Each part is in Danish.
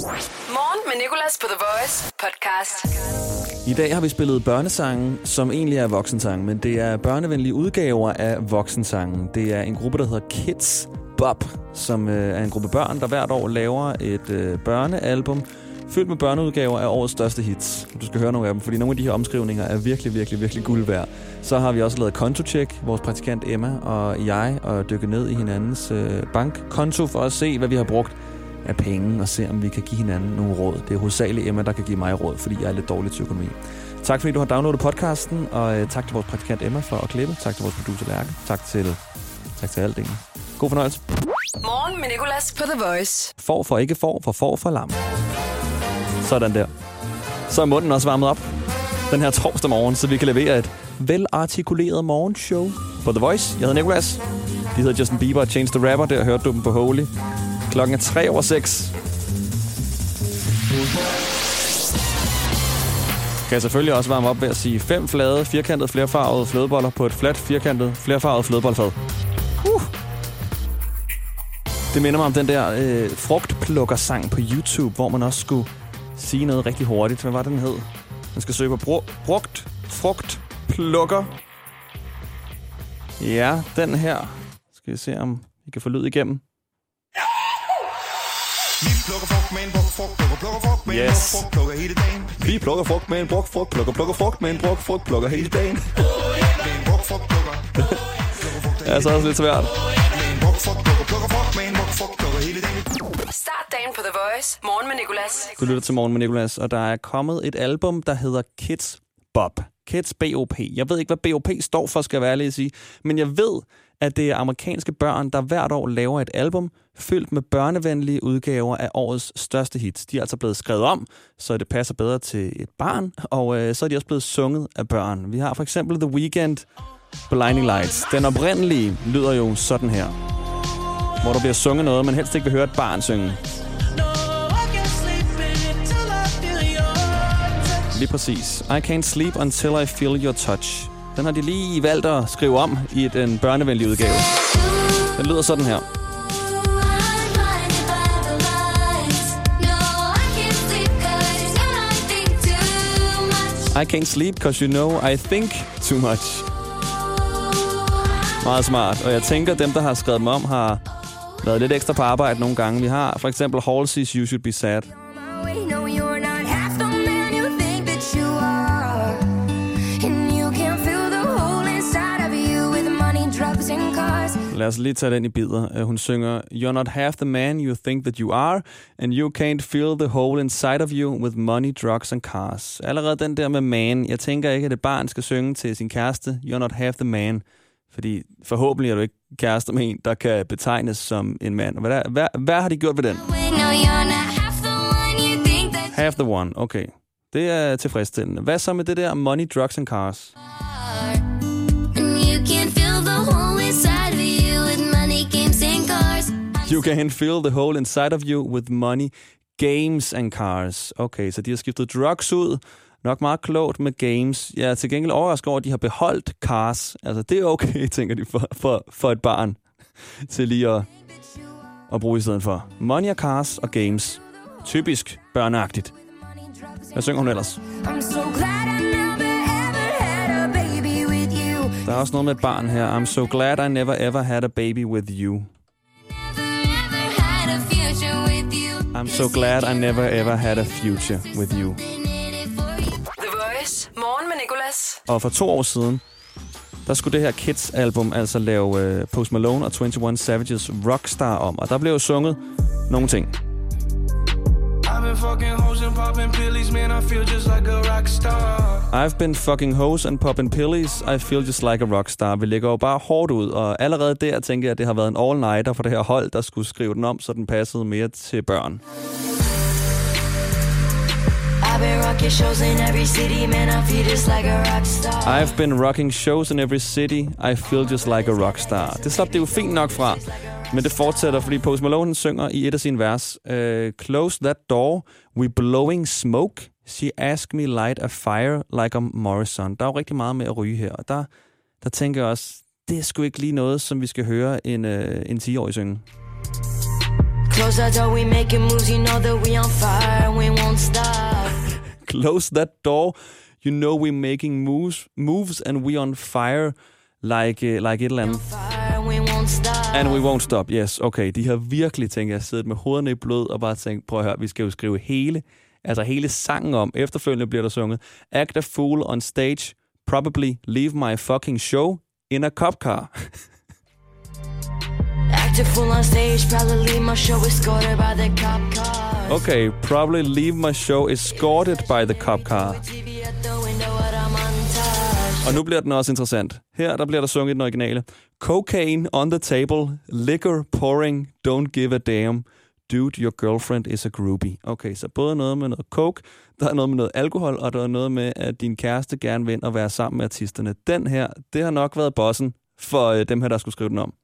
Morgen med Nicolas på The Voice podcast. I dag har vi spillet børnesange, som egentlig er voksensange, men det er børnevenlige udgaver af voksensangen. Det er en gruppe, der hedder Kidz Bop, som er en gruppe børn, der hvert år laver et børnealbum fyldt med børneudgaver af årets største hits. Du skal høre nogle af dem, fordi nogle af de her omskrivninger er virkelig guld værd. Så har vi også lavet kontotjek, vores praktikant Emma og jeg, og dykke ned i hinandens bankkonto for at se, hvad vi har brugt af penge, og se, om vi kan give hinanden nogle råd. Det er hovedsageligt Emma, der kan give mig råd, fordi jeg er lidt dårlig til økonomi. Tak fordi du har downloadet podcasten, og tak til vores praktikant Emma for at klippe. Tak til vores producer Lærke. Tak til alt det. God fornøjelse. Morgen med Nicolas på The Voice. Får for ikke får, for lam. Sådan der. Så er munden også varmet op den her torsdag morgen, så vi kan levere et velartikuleret morgenshow på The Voice. Jeg hedder Nicolas. De hedder Justin Bieber og Chance the Rapper. Der hørte du dem på Holy. Klokken er 3:03. Kan jeg selvfølgelig også varme op ved at sige 5 flade, firkantede, flerfarvede flødeboller på et fladt, firkantet, flerfarvet flødebollefad. Det minder mig om den der frugtplukkersang på YouTube, hvor man også skulle sige noget rigtig hurtigt. Hvad var den hed? Man skal søge på frugtplukker. Ja, den her. Skal vi se, om vi kan få lyd igennem. Yes. Vi plukker frugt med en frugt, plukker frugt med en frugt, plukker hele dagen. Det er så også lidt svært. Start dagen på The Voice. Morgen med Nicolas. Du lytter til Morgen med Nicolas, og der er kommet et album, der hedder Kidz Bop. Kidz B-O-P. Jeg ved ikke, hvad B-O-P står for, skal jeg være ærlig at sige. Men jeg ved, at det er amerikanske børn, der hvert år laver et album fyldt med børnevenlige udgaver af årets største hits. De er altså blevet skrevet om, så det passer bedre til et barn, og så er de også blevet sunget af børn. Vi har for eksempel The Weeknd, Blinding Lights. Den oprindelige lyder jo sådan her, hvor der bliver sunget noget, man helst ikke vil høre et barn synge. Lige præcis. I can't sleep until I feel your touch. Den har de lige valgt at skrive om i en børnevenlig udgave. Den lyder sådan her. I can't sleep because you know I think too much. Meget smart. Og jeg tænker, dem, der har skrevet dem om, har været lidt ekstra på arbejde nogle gange. Vi har for eksempel Halsey's You Should Be Sad. Lad os lige tage den i bidder. Hun synger, You're not half the man you think that you are, and you can't fill the hole inside of you with money, drugs and cars. Allerede den der med man. Jeg tænker ikke, at et barn skal synge til sin kæreste, You're not half the man. Fordi forhåbentlig er du ikke kæreste med en, der kan betegnes som en mand. Hvad har de gjort ved den? Half the one, okay. Det er tilfredsstillende. Hvad så med det der money, drugs and cars? You can fill the hole inside of you with money, games and cars. Okay, så de har skiftet drugs ud. Nok meget klogt med games. Jeg er til gengæld overrasket over, at de har beholdt cars. Altså, det er okay, tænker de, for et barn til lige at bruge i stedet for. Money og cars og games. Typisk børneagtigt. Hvad synger hun ellers? Der er også noget med et barn her. I'm so glad I never ever had a baby with you. I'm so glad I never ever had a future with you. The Voice. Morgen med Nicolas. Og for 2 år siden, der skulle det her Kidz-album altså lave Post Malone og 21 Savages Rockstar om. Og der blev jo sunget nogle ting. I've been fucking hoes and popping pillies, man, I feel just like a rockstar. I've been fucking hoes and popping pillies, I feel just like a rockstar. Vi lægger jo bare hårdt ud, og allerede der tænker jeg, at det har været en all-nighter for det her hold, der skulle skrive den om, så den passede mere til børn. I've been rocking shows in every city, man, I feel just like a rockstar. I've been rocking shows in every city, I feel just like a rockstar. Det slap det jo fint nok fra. Men det fortsætter, fordi Post Malone synger i et af sine vers. Close that door, we blowing smoke. She asked me light a fire like a Morrison. Der er jo rigtig meget med at ryge her. Og der tænker jeg også, det er sgu ikke lige noget, som vi skal høre en 10-årig synge. Close that door, we making moves, you know that we on fire. Close that door. You know we're making moves and we on fire like et eller andet. And we won't stop. Yes, okay. De har virkelig, tænker jeg, siddet med hovederne i blod og bare tænkt, prøv at høre, vi skal jo skrive hele sangen om. Efterfølgende bliver der sunget, act a fool on stage, probably leave my fucking show in a cop car. Act a fool on stage, probably leave my show escorted by the cop car. Okay, probably leave my show escorted by the cop car. Og nu bliver den også interessant. Her der bliver der sunget i den originale. Cocaine on the table, liquor pouring, don't give a damn. Dude, your girlfriend is a groupie. Okay, så både noget med noget coke, der er noget med noget alkohol, og der er noget med, at din kæreste gerne vil ind og være sammen med artisterne. Den her, det har nok været bossen for dem her, der skulle skrive den om.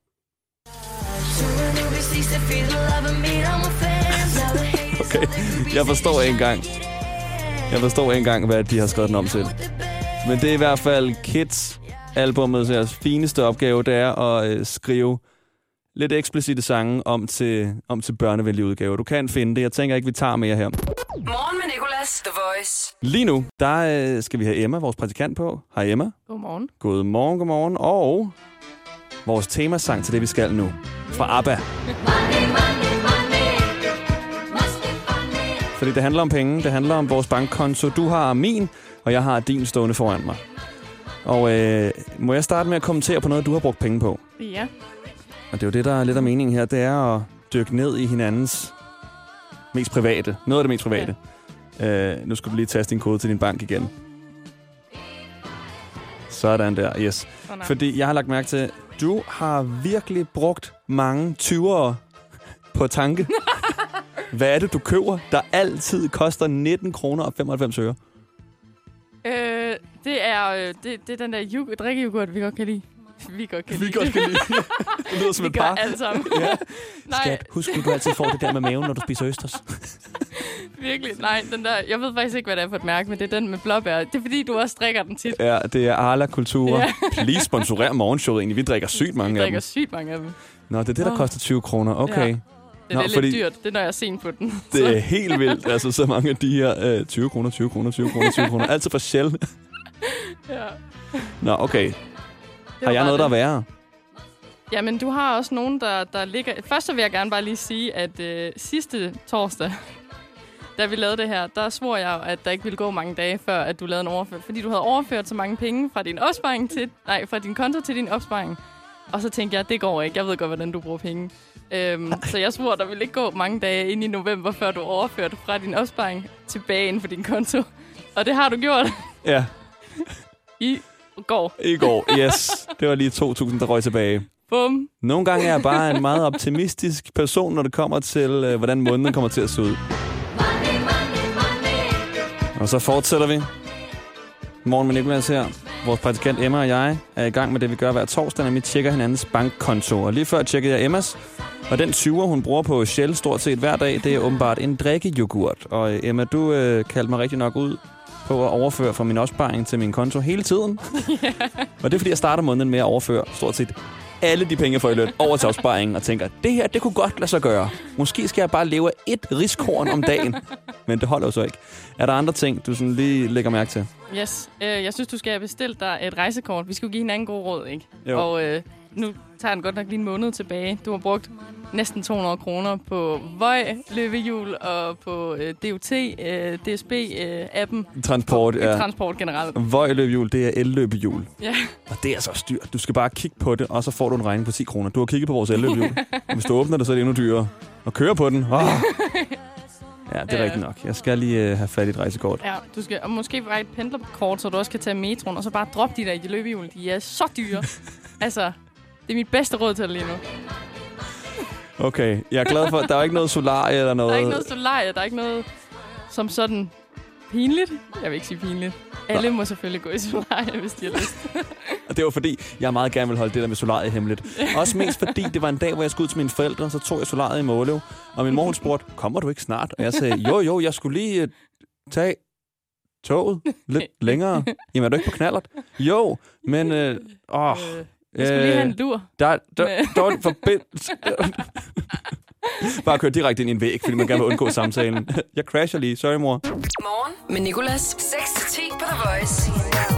Okay, jeg forstår ikke engang, hvad de har skrevet den om til. Men det er i hvert fald Kids-albummets fineste opgave, det er at skrive lidt eksplicite sange om til børnevenlige udgaver. Du kan finde det. Jeg tænker ikke, vi tager mere her. Morgen med Nicolas, The Voice. Lige nu, der skal vi have Emma, vores praktikant, på. Hej Emma. Godmorgen. Godmorgen. Og vores temasang til det, vi skal nu. Fra ABBA. Fordi det handler om penge. Det handler om vores bankkonto. Du har min, og jeg har din stående foran mig. Og må jeg starte med at kommentere på noget, du har brugt penge på? Ja. Og det er jo det, der er lidt af meningen her. Det er at dykke ned i hinandens mest private. Noget af det mest private. Ja. Nu skal du lige taste din kode til din bank igen. Sådan der, yes. Fordi jeg har lagt mærke til, du har virkelig brugt mange 20'ere på tanke. Hvad er det, du køber, der altid koster 19 kroner og 95 øre? Det er den der drikkejoghurt, vi godt kan lide. Vi godt kan lide. Det lyder som et par. Vi gør alt sammen. Ja. Skat, husk, du altid får det der med maven, når du spiser østers. Virkelig. Nej, den der, jeg ved faktisk ikke, hvad det er for et mærke, men det er den med blåbær. Det er fordi, du også drikker den tit. Ja, det er Arla Kultur. Ja. Please sponsorer morgenshowet egentlig. Vi drikker sygt mange af dem. Vi drikker sygt mange af dem. Nå, det er det, der koster 20 kroner. Okay. Ja. Det er lidt dyrt. Det er, når jeg er sen på den. Det er helt vildt. Altså, så mange af de her 20 kroner. Altid for Shell. Ja. Nå, okay. Har jeg noget, der er værre? Jamen, du har også nogen, der ligger... Først så vil jeg gerne bare lige sige, at sidste torsdag, da vi lavede det her, der svor jeg jo, at der ikke ville gå mange dage, før at du lavede en overførsel. Fordi du havde overført så mange penge fra din opsparing fra din konto til din opsparing. Og så tænkte jeg, det går ikke. Jeg ved godt, hvordan du bruger penge. Så jeg svor, der ville ikke gå mange dage ind i november, før du overførte fra din opsparing tilbage ind på din konto. Og det har du gjort. Ja. I går, yes. Det var lige 2.000, der røg tilbage. Bum. Nogle gange er jeg bare en meget optimistisk person, når det kommer til, hvordan måneden kommer til at se ud. Og så fortsætter vi. Morgen med Nicolas her. Vores praktikant Emma og jeg er i gang med det, vi gør hver torsdag, når vi tjekker hinandens bankkonto. Og lige før tjekkede jeg Emmas, og den 20'er, hun bruger på Shell stort set hver dag, det er åbenbart en drikkejoghurt. Og Emma, du kaldte mig rigtig nok ud på at overføre fra min opsparing til min konto hele tiden. Yeah. Og det er, fordi jeg starter måneden med at overføre stort set alle de penge, jeg får i løn over til opsparingen, og tænker, det her, det kunne godt lade sig gøre. Måske skal jeg bare leve af et riskorn om dagen. Men det holder jo så ikke. Er der andre ting, du sådan lige lægger mærke til? Yes. Jeg synes, du skal bestille dig et rejsekort. Vi skal jo give hinanden god råd, ikke? Jo. Og nu tager den godt nok lige en måned tilbage. Du har brugt næsten 200 kroner på Voi løbehjul og på DOT, DSB-appen. Transport, ja. Transport generelt. Voi løbehjul, det er el-løbehjul. Ja. Og det er så styrt. Du skal bare kigge på det, og så får du en regning på 10 kroner. Du har kigget på vores el-løbehjul. Og hvis du åbner det, så er det endnu dyrere. Og kører på den. Oh. Ja, det er rigtigt nok. Jeg skal lige have fat i et rejsekort. Ja, du skal og måske bare et pendlerkort, så du også kan tage metroen, og så bare droppe de der i løbehjul. De er så dyre. Altså, det er mit bedste råd til dig lige nu. Okay, jeg er glad for, at der er ikke noget solarie eller noget. Der er ikke noget solarie, der er ikke noget som sådan pinligt. Jeg vil ikke sige pinligt. Alle må selvfølgelig gå i solarie, hvis de har lyst. Og det var fordi, jeg meget gerne vil holde det der med solarie hemmeligt. Også mest fordi, det var en dag, hvor jeg skulle ud til mine forældre, så tog jeg solariet i Måløv. Og min mor, hun spurgte, kommer du ikke snart? Og jeg sagde, jo, jeg skulle lige tage toget lidt længere. Jamen, er du ikke på knallert? Jo, men... jeg skulle lige have en lur. Der er en forbindelse. Bare køre direkte ind i en væg, fordi man gerne vil undgå samtalen. Jeg crasher lige. Sorry, mor. Morgen med Nicolas. 6-10 på The Voice.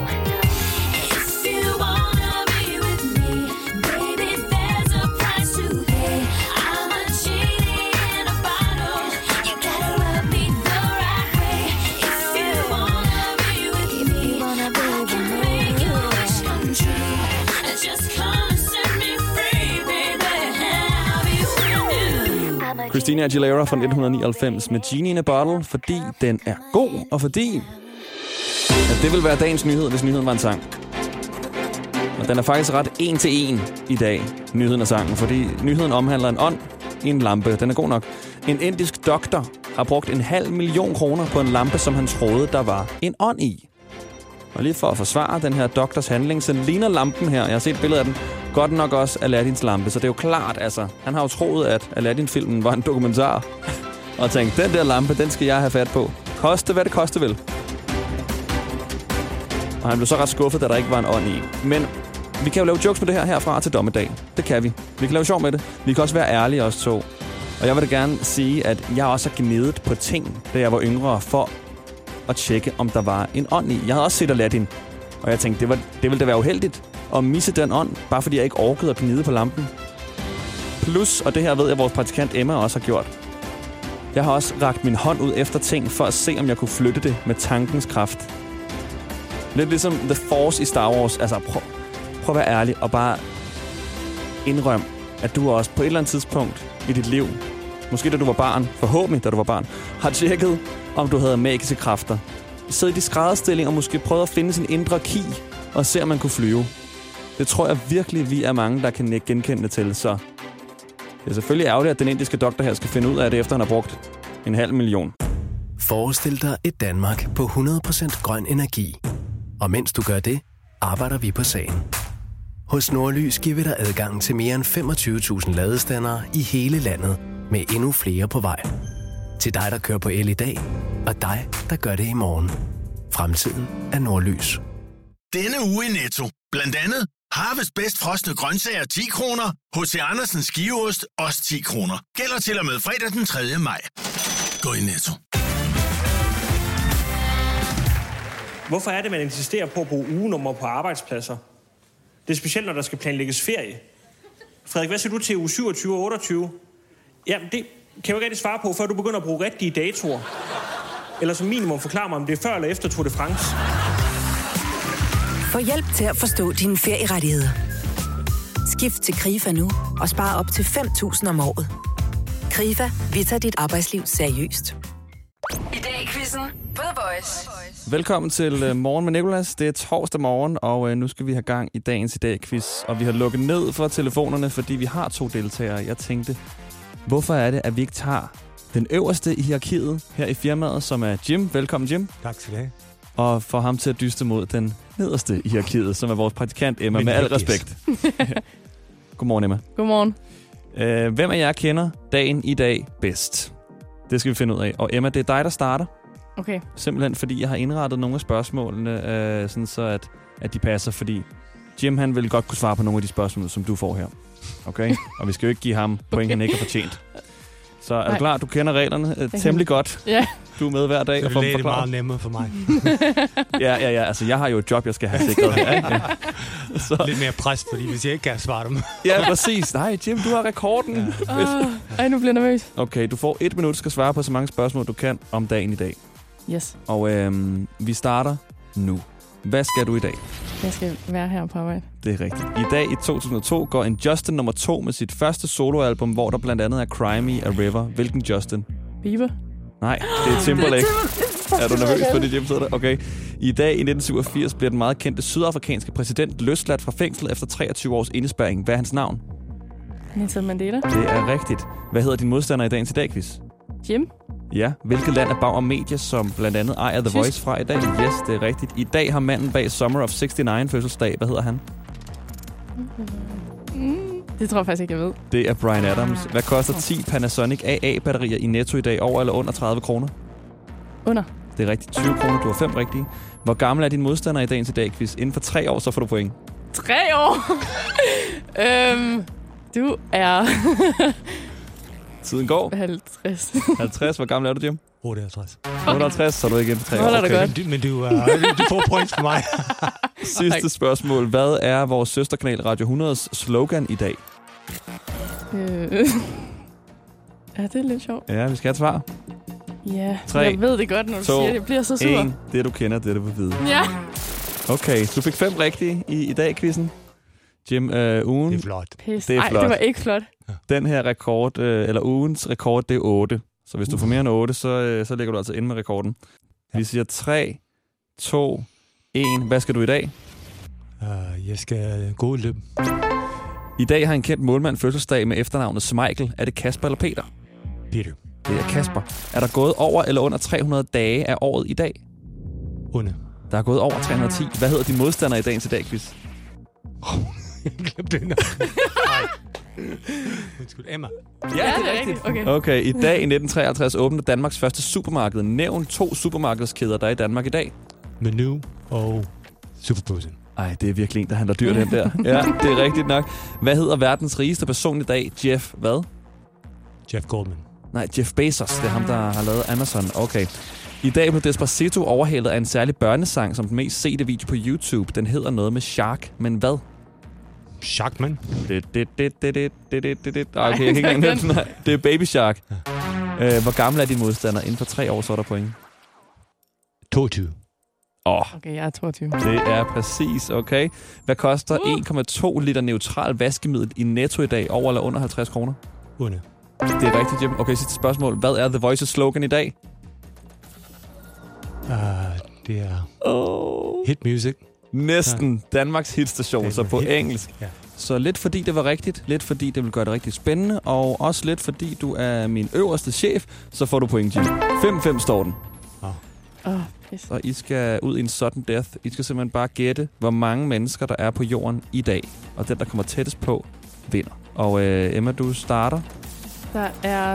Christina Aguilera fra 1999 med Genie in a Bottle, fordi den er god, og fordi at det vil være dagens nyhed, hvis nyheden var en sang. Og den er faktisk ret 1-til-1 i dag, nyheden og sangen, fordi nyheden omhandler en ånd i en lampe. Den er god nok. En indisk doktor har brugt 500.000 kroner på en lampe, som han troede, der var en ånd i. Og lige for at forsvare den her doktors handling, så ligner lampen her, jeg har set et billede af den, godt nok også Aladdins lampe. Så det er jo klart, altså, han har jo troet, at Aladdin-filmen var en dokumentar. Og tænkt, den der lampe, den skal jeg have fat på. Koste, hvad det koste vil. Og han blev så ret skuffet, da der ikke var en ånd i. Men vi kan jo lave jokes på det her herfra til dommedag. Det kan vi. Vi kan lave sjov med det. Vi kan også være ærlige os to. Og jeg vil da gerne sige, at jeg også har gnedet på ting, da jeg var yngre, for at tjekke, om der var en ånd i. Jeg havde også set Aladdin, og jeg tænkte, det ville da være uheldigt at misse den ånd, bare fordi jeg ikke orkede at gnide på lampen. Plus, og det her ved jeg, vores praktikant Emma også har gjort. Jeg har også rakt min hånd ud efter ting, for at se, om jeg kunne flytte det med tankens kraft. Lidt ligesom The Force i Star Wars. Altså, prøv at være ærlig og bare indrøm, at du også på et eller andet tidspunkt i dit liv, måske da du var barn, forhåbentlig da du var barn, har tjekket, om du havde magiske kræfter. Sidde i skrædderstilling og måske prøve at finde sin indre ki og se, om man kunne flyve. Det tror jeg virkelig, vi er mange, der kan genkende til. Så det er selvfølgelig ærgerligt, at den indiske doktor her skal finde ud af det, efter han har brugt 500.000. Forestil dig et Danmark på 100% grøn energi. Og mens du gør det, arbejder vi på sagen. Hos Nordlys giver vi dig adgang til mere end 25.000 ladestandere i hele landet, med endnu flere på vej. Til dig, der kører på el i dag, og dig, der gør det i morgen. Fremtiden er Nordlys. Denne uge i Netto. Blandt andet Harvest bedst frosne grøntsager 10 kroner. H.C. Andersens skiveost også 10 kroner. Gælder til og med fredag den 3. maj. Gå i Netto. Hvorfor er det, man insisterer på at bruge ugenummer på arbejdspladser? Det er specielt, når der skal planlægges ferie. Frederik, hvad siger du til uge 27 og 28? Jamen, det kan jeg jo ikke rigtig svare på, før du begynder at bruge rigtige datoer. Eller som minimum forklare mig, om det er før eller efter Tour de France. Få hjælp til at forstå dine ferierettigheder. Skift til KRIFA nu og spare op til 5.000 om året. KRIFA, vi tager dit arbejdsliv seriøst. I dag i quizzen på The Voice. Velkommen til Morgen med Nicolas. Det er torsdag morgen, og nu skal vi have gang i dagens i dag-quiz. Og vi har lukket ned for telefonerne, fordi vi har 2 deltagere. Jeg tænkte, hvorfor er det, at vi ikke tager den øverste i hierarkiet her i firmaet, som er Jim. Velkommen, Jim. Tak skal du have. Og får ham til at dyste mod den nederste i hierarkiet, som er vores praktikant Emma, med al respekt. Godmorgen, Emma. Godmorgen. Hvem af jer kender dagen i dag bedst? Det skal vi finde ud af. Og Emma, det er dig, der starter. Okay. Simpelthen fordi jeg har indrettet nogle af spørgsmålene, sådan så at de passer, fordi Jim han vil godt kunne svare på nogle af de spørgsmål, som du får her. Okay? Og vi skal jo ikke give ham point, han ikke har fortjent. Så er du klar? Du kender reglerne temmelig godt. Ja. Du er med hver dag. Så og får det er meget nemmere for mig. Ja. Altså, jeg har jo et job, jeg skal have sikret her. Ikke? Ja. Så. Lidt mere pres, fordi hvis jeg ikke kan svare dem. Ja, præcis. Nej, Jim, du har rekorden. Ja. Nu bliver jeg nervøs. Okay, du får 1 minut, skal svare på så mange spørgsmål, du kan om dagen i dag. Yes. Og vi starter nu. Hvad skal du i dag? Jeg skal være her på arbejde. Det er rigtigt. I dag i 2002 går en Justin nummer 2 med sit første soloalbum, hvor der blandt andet er Cry Me a River. Hvilken Justin? Bieber? Nej, det er Timberlake. Er du nervøs for det, Jim? Okay. I dag i 1987 bliver den meget kendte sydafrikanske præsident løsladt fra fængsel efter 23 års indespærring. Hvad er hans navn? Nelson Mandela. Det er rigtigt. Hvad hedder din modstander i dagens i dag, quiz? Jim? Ja. Hvilket land er Bauer Media, som blandt andet ejer The Voice fra i dag? Yes, det er rigtigt. I dag har manden bag Summer of 69 fødselsdag. Hvad hedder han? Det tror jeg faktisk ikke, jeg ved. Det er Bryan Adams. Hvad koster 10 Panasonic AA-batterier i Netto i dag? Over eller under 30 kroner? Under. Det er rigtigt. 20 kroner. Du har 5 rigtige. Hvor gammel er din modstander i dagens i dag, quiz? Inden for 3 år, så får du point. 3 år? Du er... Tiden går. 50. 50. Hvor gammel er du, Jim? 58. 58, så er du igen på 3 år. Holder det godt. Men du får points for mig. Sidste spørgsmål. Hvad er vores søsterkanal Radio 100's slogan i dag? Ja, det er lidt sjovt. Ja, vi skal have et svar. Ja, 3, jeg ved det godt, når du siger det. Jeg bliver så sur. 1. Det, du kender, det du vil vide. Ja. Okay, så du fik 5 rigtige i dag, quizzen. Jim, ugen... Det er flot. Pis. Det er flot. Ej, det var ikke flot. Den her rekord, eller ugens rekord, det er 8. Så hvis du får mere end 8, så ligger du altså inde med rekorden. Ja. Vi siger 3, 2, 1. Hvad skal du i dag? Jeg skal gå i løb. I dag har en kendt målmand fødselsdag med efternavnet Schmeichel. Er det Kasper eller Peter? Peter. Det er Kasper. Er der gået over eller under 300 dage af året i dag? Under. Der er gået over 310. Hvad hedder din modstander i dagens i dag, quiz? Jeg glemte det. Nej. Undskyld, Emma. Ja, det er rigtigt. Okay, i dag i 1953 åbnede Danmarks første supermarked. Nævn 2 supermarkedskæder, der er i Danmark i dag. Menu og Superbrugsen. Ej, det er virkelig en, der handler dyr, den der. Ja, det er rigtigt nok. Hvad hedder verdens rigeste person i dag? Jeff hvad? Jeff Goldman. Nej, Jeff Bezos. Det er ham, der har lavet Amazon. Okay. I dag blev Despacito overhalet af en særlig børnesang, som den mest sete video på YouTube. Den hedder noget med Shark, men hvad? Sharkman. Okay, jeg kan ikke engang høre den. Det er Baby Shark. Hvor gammel er din modstander? Inden for 3 år, så er der point. 22. Okay, jeg er 22. Det er præcis, okay. Hvad koster 1,2 liter neutral vaskemiddel i Netto i dag? Over eller under 50 kroner? Under. Det er rigtigt, Jim. Okay, sidste spørgsmål. Hvad er The Voice's slogan i dag? Det er hit music. Næsten Danmarks hitstation, så på engelsk. Ja. Så lidt fordi det var rigtigt, lidt fordi det vil gøre det rigtig spændende, og også lidt fordi du er min øverste chef, så får du point, Jim. 5-5 står den. Og I skal ud i en sudden death. I skal simpelthen bare gætte, hvor mange mennesker, der er på jorden i dag. Og den, der kommer tættest på, vinder. Og Emma, du starter. Der er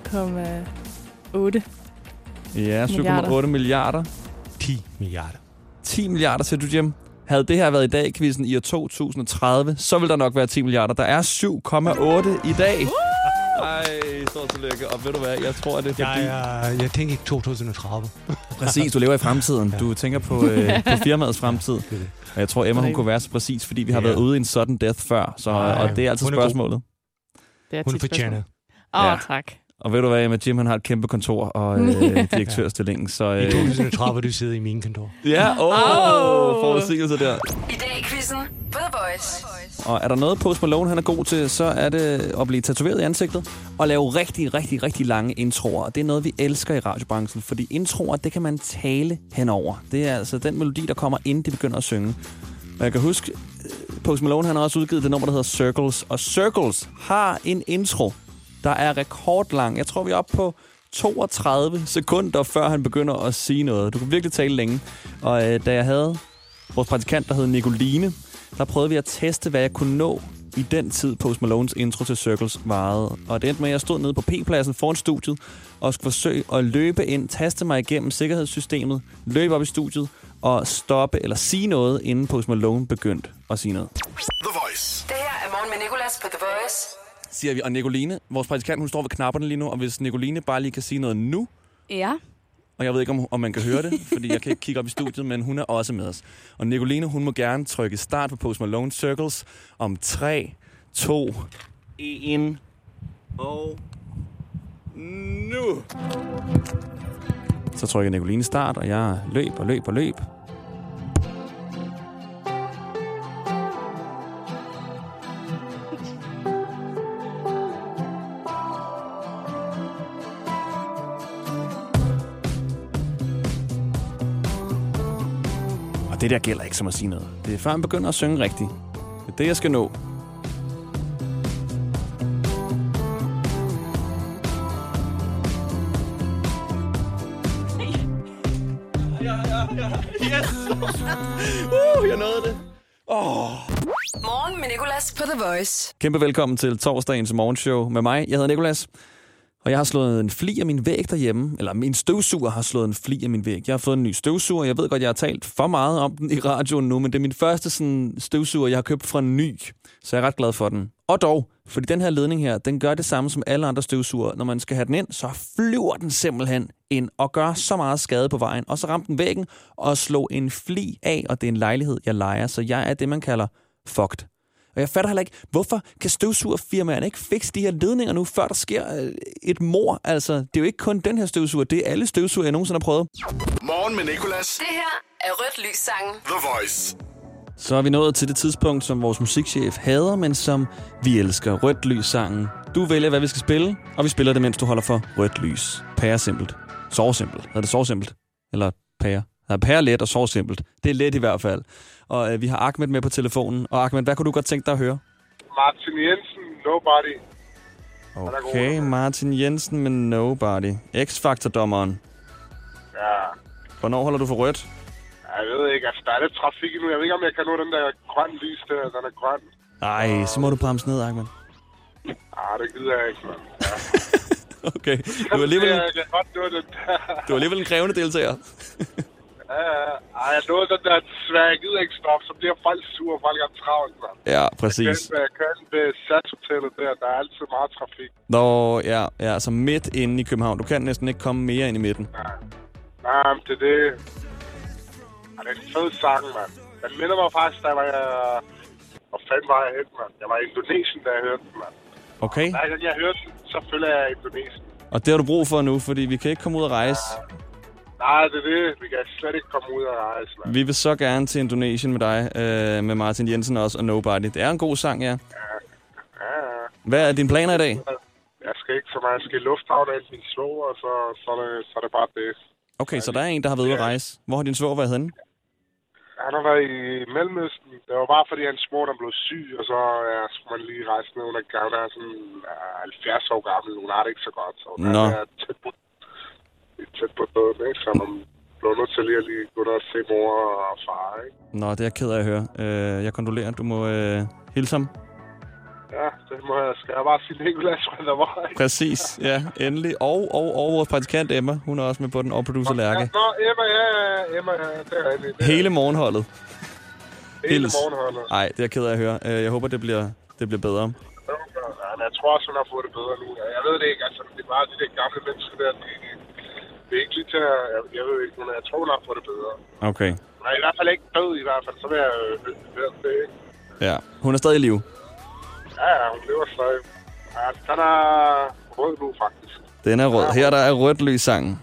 7,8. Ja, 7,8 milliarder. 10 milliarder. 10 milliarder, siger du, Jim. Havde det her været i dag, quizzen i år 2030, så vil der nok være 10 milliarder. Der er 7,8 i dag. Ej, stort tillykke. Og ved du hvad, jeg tror, at det er fordi... Jeg tænker ikke 2030. Præcis, du lever i fremtiden. Du tænker på firmaets fremtid. Og jeg tror, Emma, hun kunne være så præcis, fordi vi har været ude i en sådan death før. Så, og det er altså spørgsmålet. Det er hun fortjener. Tak. Og ved du hvad, Emma, Jim han har et kæmpe kontor og direktørstillingen. Så, i 2030 du sidder i min kontor. Ja, forudsigelser der. I dag i quizzen på The Voice. Og er der noget, Post Malone han er god til, så er det at blive tatoveret i ansigtet og lave rigtig, rigtig, rigtig lange introer. Og det er noget, vi elsker i radiobranchen, fordi introer, det kan man tale henover. Det er altså den melodi, der kommer, inden de begynder at synge. Og jeg kan huske, Post Malone han har også udgivet det nummer, der hedder Circles. Og Circles har en intro, der er rekordlang. Jeg tror, vi er oppe på 32 sekunder, før han begynder at sige noget. Du kan virkelig tale længe. Og da jeg havde vores praktikant, der hed Nicoline, der prøvede vi at teste, hvad jeg kunne nå i den tid, Post Malones intro til Circles varede. Og det endte med, at jeg stod nede på P-pladsen foran studiet og skulle forsøge at løbe ind, taste mig igennem sikkerhedssystemet, løbe op i studiet og stoppe eller sige noget, inden Post Malone begyndte at sige noget. The Voice. Det her er Morgen med Nicolas på The Voice. Siger vi. Og Nicoline, vores praktikant, hun står ved knapperne lige nu, og hvis Nicoline bare lige kan sige noget nu... Ja. Og jeg ved ikke, om man kan høre det, fordi jeg kan ikke kigge op i studiet, men hun er også med os. Og Nicoline, hun må gerne trykke start på Post Malone Circles om 3, 2, 1 og nu. Så trykker Nicoline start, og jeg løb. Det der gælder ikke som at sige noget. Det er før man begynder at synge rigtigt. Det er det, jeg skal nå. Yes! Jeg nåede det. Morgen med Nicolas på The Voice. Kæmpe velkommen til torsdagens morgenshow med mig. Jeg hedder Nicolas. Og jeg har slået en fli af min væg derhjemme, eller min støvsuger har slået en fli af min væg. Jeg har fået en ny støvsuger. Jeg ved godt, jeg har talt for meget om den i radioen nu, men det er min første sådan, støvsuger, jeg har købt fra Ny. Så jeg er ret glad for den. Og dog, fordi den her ledning her, den gør det samme som alle andre støvsuger. Når man skal have den ind, så flyver den simpelthen ind og gør så meget skade på vejen. Og så ramte den væggen og slog en fli af, og det er en lejlighed, jeg lejer. Så jeg er det, man kalder fucked. Og jeg fatter heller ikke, hvorfor kan støvsugerfirmaerne ikke fikse de her ledninger nu, før der sker et mord? Altså, det er jo ikke kun den her støvsuger, det er alle støvsuger, jeg nogensinde har prøvet. Morgen med Nicolas. Det her er Rødt Lys Sangen. The Voice. Så er vi nået til det tidspunkt, som vores musikchef hader, men som vi elsker. Rødt Lys Sangen. Du vælger, hvad vi skal spille, og vi spiller det, mens du holder for rødt lys. Pæresimpelt. Sovsimpelt. Hedder det sovsimpelt? Eller pære? Der er pærlet og sovsimpelt. Det er let i hvert fald. Og vi har Ahmed med på telefonen. Og Ahmed, hvad kunne du godt tænke dig at høre? Martin Jensen, Nobody. Okay, Martin Jensen med Nobody. X-Factor-dommeren. Ja. Hvornår holder du for rødt? Jeg ved ikke, altså der er lidt trafik nu. Jeg ved ikke, om jeg kan nå den der grøn lys der. Den er grøn. Nej, så må du bremse ned, Ahmed. Det gider jeg ikke, man. Ja. Okay, du er alligevel... Jeg kan godt nå den der. Du er alligevel en krævende deltager. Jeg nåede den der desværre. Jeg gider ikke stoppe, så bliver folk sure, folk er travlt, man. Ja, præcis. Jeg kører ved SAS-hotellet der er altid meget trafik. Nå, ja, så midt inde i København. Du kan næsten ikke komme mere ind i midten. Nej, men det er det. Det er en fed sang, mand. Den minder mig faktisk, da hvor fanden var jeg hen, mand? Jeg var i Indonesien, da jeg hørte den, mand. Okay. Nej, da jeg hørte den, så følger jeg Indonesien. Og det har du brug for nu, fordi vi kan ikke komme ud og rejse. Nej, det er det. Vi kan slet ikke komme ud og rejse, mand. Vi vil så gerne til Indonesien med dig, med Martin Jensen også, og Nobody. Det er en god sang, ja. Ja. Hvad er dine planer i dag? Jeg skal ikke så meget. Jeg skal i lufthavn af min svoger, og så er det bare det. Okay, så der er en, der har været ude at rejse. Hvor har din svoger været henne? Han har været i Mellemøsten. Det var bare, fordi hans mor der blev syg, og så skulle man lige rejse ned under gaven. Han er sådan 70 år gammel. Hun har det ikke så godt. Så Nå. er tæt på døden, ikke? Så man bliver nødt til lige at gå ned og se mor og far, ikke? Nå, det er jeg ked af at høre. Jeg kondolerer. Du må hilse ham. Ja, det må jeg. Skal jeg bare sige Nicolas fra der var, ikke? Præcis, ja, endelig. Og vores praktikant Emma, hun er også med på den, og producer Lærke. Nå, Emma, det er rigtigt. Hele morgenholdet. Hele morgenholdet. Nej, det er jeg ked af at høre. Jeg håber, det bliver bedre. Ja, jeg tror også, hun har fået det bedre nu. Jeg ved det ikke, altså. Det er bare de der gamle mennesker der. Det er ikke lige til at... Jeg ved ikke, men jeg tror, hun har fået det bedre. Okay. Nej, i hvert fald ikke død, i hvert fald. Så vil jeg høre det, ikke? Ja, hun er stadig i live. Ja, hun lever stadig. Ja, den er rød nu, faktisk. Den er rød. Her der er rødt lys sangen.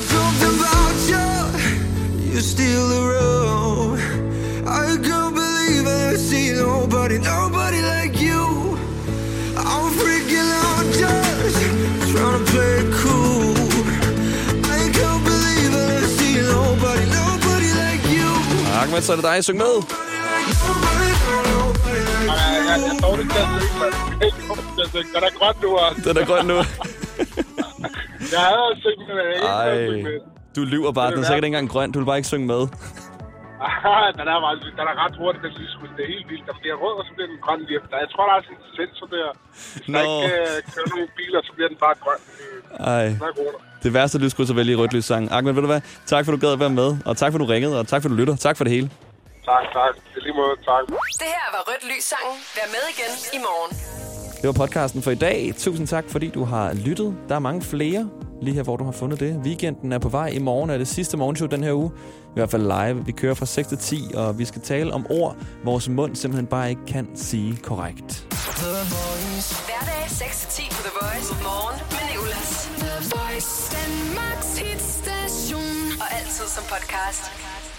You steal the road. I can't believe I see nobody like you. I'm freaking out just trying to play it cool. I can't believe I see nobody like you. Ahmed, så er det dig, syng med. Jeg står det til at synge, Den er grøn nu, altså. Den er grøn nu. Jeg havde syngt med det. Ej, du lyver bare. Den er sikkert ikke engang grøn. Du vil bare ikke synge med. Den er ret hurtigt, den lysskud. Det er helt vildt. Den bliver rød, og så bliver den grøn lige efter. Jeg tror, der er sådan en sensor der. Hvis der ikke kører nogle biler, så bliver den bare grøn. Ej. Det værste lysskud så vælge i rødt lys sang. Ahmed, ved du hvad? Tak for, du gad at være med. Og tak for, du ringede. Og tak for, du lytter. Tak for det hele. Tak. Det lige måde, tak. Det her var Rødt Lys Sangen. Vær med igen i morgen. Det var podcasten for i dag. Tusind tak, fordi du har lyttet. Der er mange flere lige her, hvor du har fundet det. Weekenden er på vej. I morgen er det sidste morgenshow den her uge. I hvert fald live. Vi kører fra 6 til 10, og vi skal tale om ord, vores mund simpelthen bare ikke kan sige korrekt. Hverdag 6 til 10 på The Voice. Morgen med Nicolas. The Voice. Danmarks hitstation. Og altid som podcast.